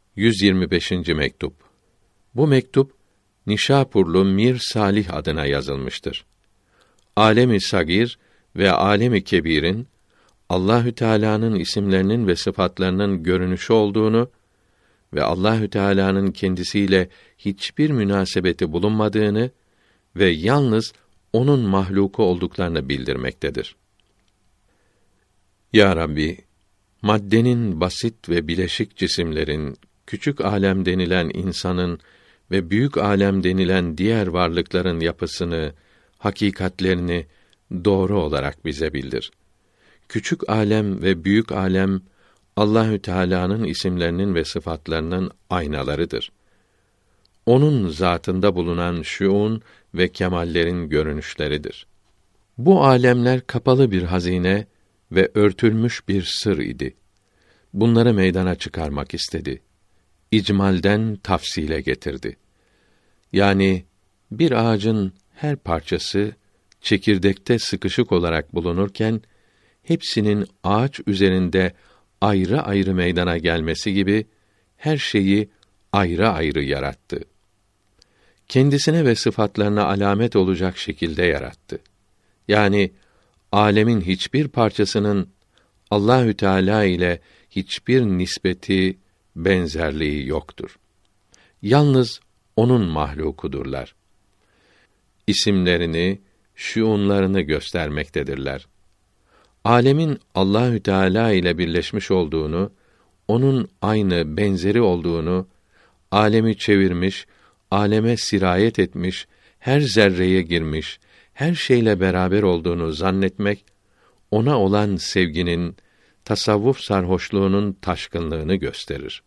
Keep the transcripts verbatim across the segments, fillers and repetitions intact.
yüz yirmi beşinci mektup. Bu mektup Nişapurlu Mir Salih adına yazılmıştır. Alem-i Sagir ve Alem-i Kebir'in Allahü Teala'nın isimlerinin ve sıfatlarının görünüşü olduğunu ve Allahü Teala'nın kendisiyle hiçbir münasebeti bulunmadığını ve yalnız onun mahluku olduklarını bildirmektedir. Ya Rabbi, maddenin basit ve bileşik cisimlerin, küçük alem denilen insanın ve büyük alem denilen diğer varlıkların yapısını, hakikatlerini doğru olarak bize bildir. Küçük alem ve büyük alem Allahü Teala'nın isimlerinin ve sıfatlarının aynalarıdır. Onun zatında bulunan şuun ve kemallerin görünüşleridir. Bu alemler kapalı bir hazine ve örtülmüş bir sır idi. Bunları meydana çıkarmak istedi. İcmalden tafsile getirdi. Yani bir ağacın her parçası çekirdekte sıkışık olarak bulunurken hepsinin ağaç üzerinde ayrı ayrı meydana gelmesi gibi her şeyi ayrı ayrı yarattı. Kendisine ve sıfatlarına alamet olacak şekilde yarattı. Yani alemin hiçbir parçasının Allahü Teala ile hiçbir nispeti, benzerliği yoktur. Yalnız onun mahlukudurlar. İsimlerini, şuunlarını göstermektedirler. Alemin Allahü Teala ile birleşmiş olduğunu, onun aynı benzeri olduğunu, alemi çevirmiş, aleme sirayet etmiş, her zerreye girmiş, her şeyle beraber olduğunu zannetmek, ona olan sevginin, tasavvuf sarhoşluğunun taşkınlığını gösterir.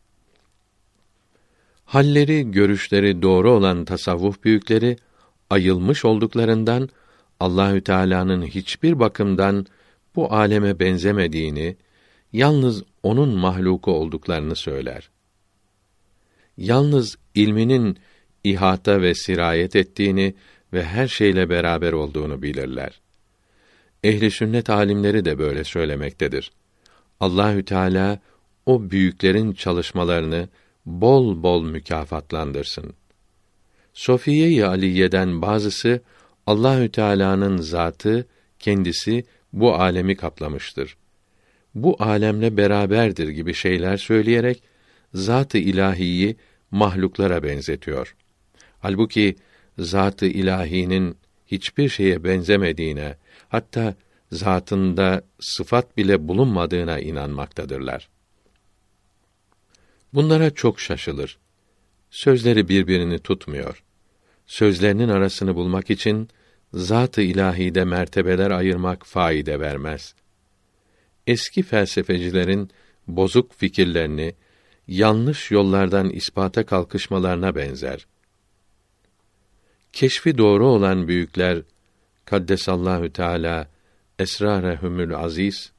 Halleri, görüşleri doğru olan tasavvuf büyükleri, ayılmış olduklarından, Allahü Teala'nın hiçbir bakımdan bu aleme benzemediğini, yalnız onun mahluku olduklarını söyler. Yalnız ilminin ihata ve sirayet ettiğini ve her şeyle beraber olduğunu bilirler. Ehli sünnet alimleri de böyle söylemektedir. Allahü Teala o büyüklerin çalışmalarını bol bol mükafatlandırsın. Sofiye-i Aliye'den bazısı Allahü Teala'nın zatı, kendisi bu alemi kaplamıştır. Bu alemle beraberdir gibi şeyler söyleyerek zat-ı ilahiyi mahluklara benzetiyor. Halbuki zat-ı ilahinin hiçbir şeye benzemediğine, hatta zatında sıfat bile bulunmadığına inanmaktadırlar. Bunlara çok şaşılır. Sözleri birbirini tutmuyor. Sözlerinin arasını bulmak için zat-ı ilahide mertebeler ayırmak faide vermez. Eski felsefecilerin bozuk fikirlerini yanlış yollardan ispata kalkışmalarına benzer. Keşfi doğru olan büyükler Kaddesallahu Teala esrarehumül aziz,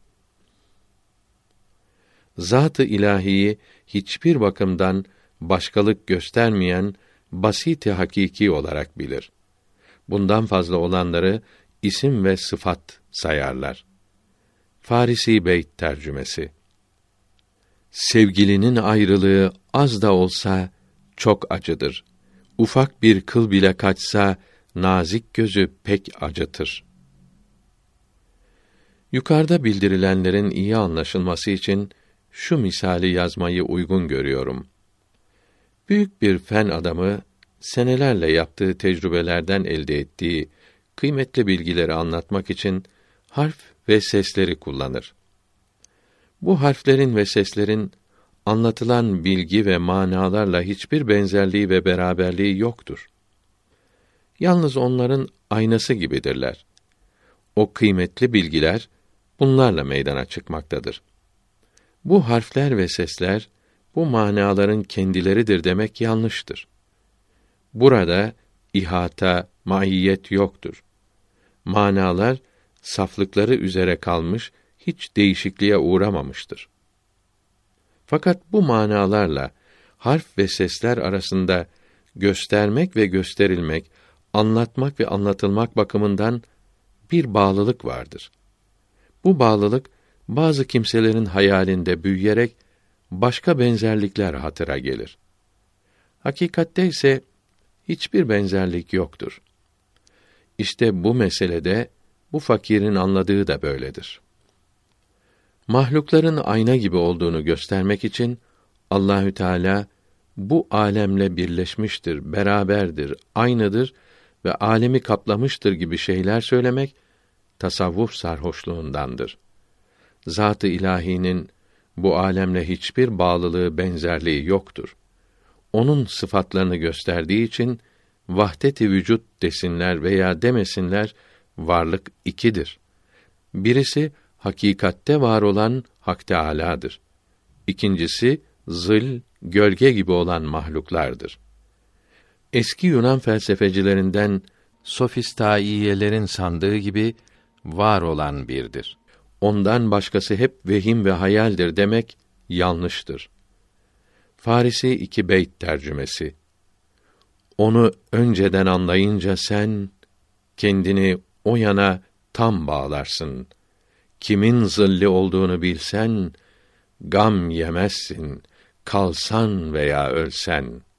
zat-ı ilahiyi hiçbir bakımdan başkalık göstermeyen basit-i hakiki olarak bilir. Bundan fazla olanları isim ve sıfat sayarlar. Farisi Beyt tercümesi. Sevgilinin ayrılığı az da olsa çok acıdır. Ufak bir kıl bile kaçsa nazik gözü pek acıtır. Yukarıda bildirilenlerin iyi anlaşılması için şu misali yazmayı uygun görüyorum. Büyük bir fen adamı senelerle yaptığı tecrübelerden elde ettiği kıymetli bilgileri anlatmak için harf ve sesleri kullanır. Bu harflerin ve seslerin anlatılan bilgi ve manalarla hiçbir benzerliği ve beraberliği yoktur. Yalnız onların aynası gibidirler. O kıymetli bilgiler bunlarla meydana çıkmaktadır. Bu harfler ve sesler bu manaların kendileridir demek yanlıştır. Burada ihata, maiyet yoktur. Manalar saflıkları üzere kalmış, hiç değişikliğe uğramamıştır. Fakat bu manalarla harf ve sesler arasında göstermek ve gösterilmek, anlatmak ve anlatılmak bakımından bir bağlılık vardır. Bu bağlılık bazı kimselerin hayalinde büyüyerek başka benzerlikler hatıra gelir. Hakikatte ise hiçbir benzerlik yoktur. İşte bu meselede bu fakirin anladığı da böyledir. Mahlukların ayna gibi olduğunu göstermek için Allahü Teala bu alemle birleşmiştir, beraberdir, aynıdır ve alemi kaplamıştır gibi şeyler söylemek tasavvuf sarhoşluğundandır. Zat-ı ilahinin bu alemle hiçbir bağlılığı, benzerliği yoktur. Onun sıfatlarını gösterdiği için vahdet-i vücut desinler veya demesinler, varlık ikidir. Birisi hakikatte var olan Hak Teâlâ'dır. İkincisi zıl, gölge gibi olan mahluklardır. Eski Yunan felsefecilerinden sofistaiyelerin sandığı gibi var olan birdir. Ondan başkası hep vehim ve hayaldir demek yanlıştır. Farisi iki beyt tercümesi. Onu önceden anlayınca sen kendini o yana tam bağlarsın. Kimin zilli olduğunu bilsen gam yemezsin, kalsan veya ölsen.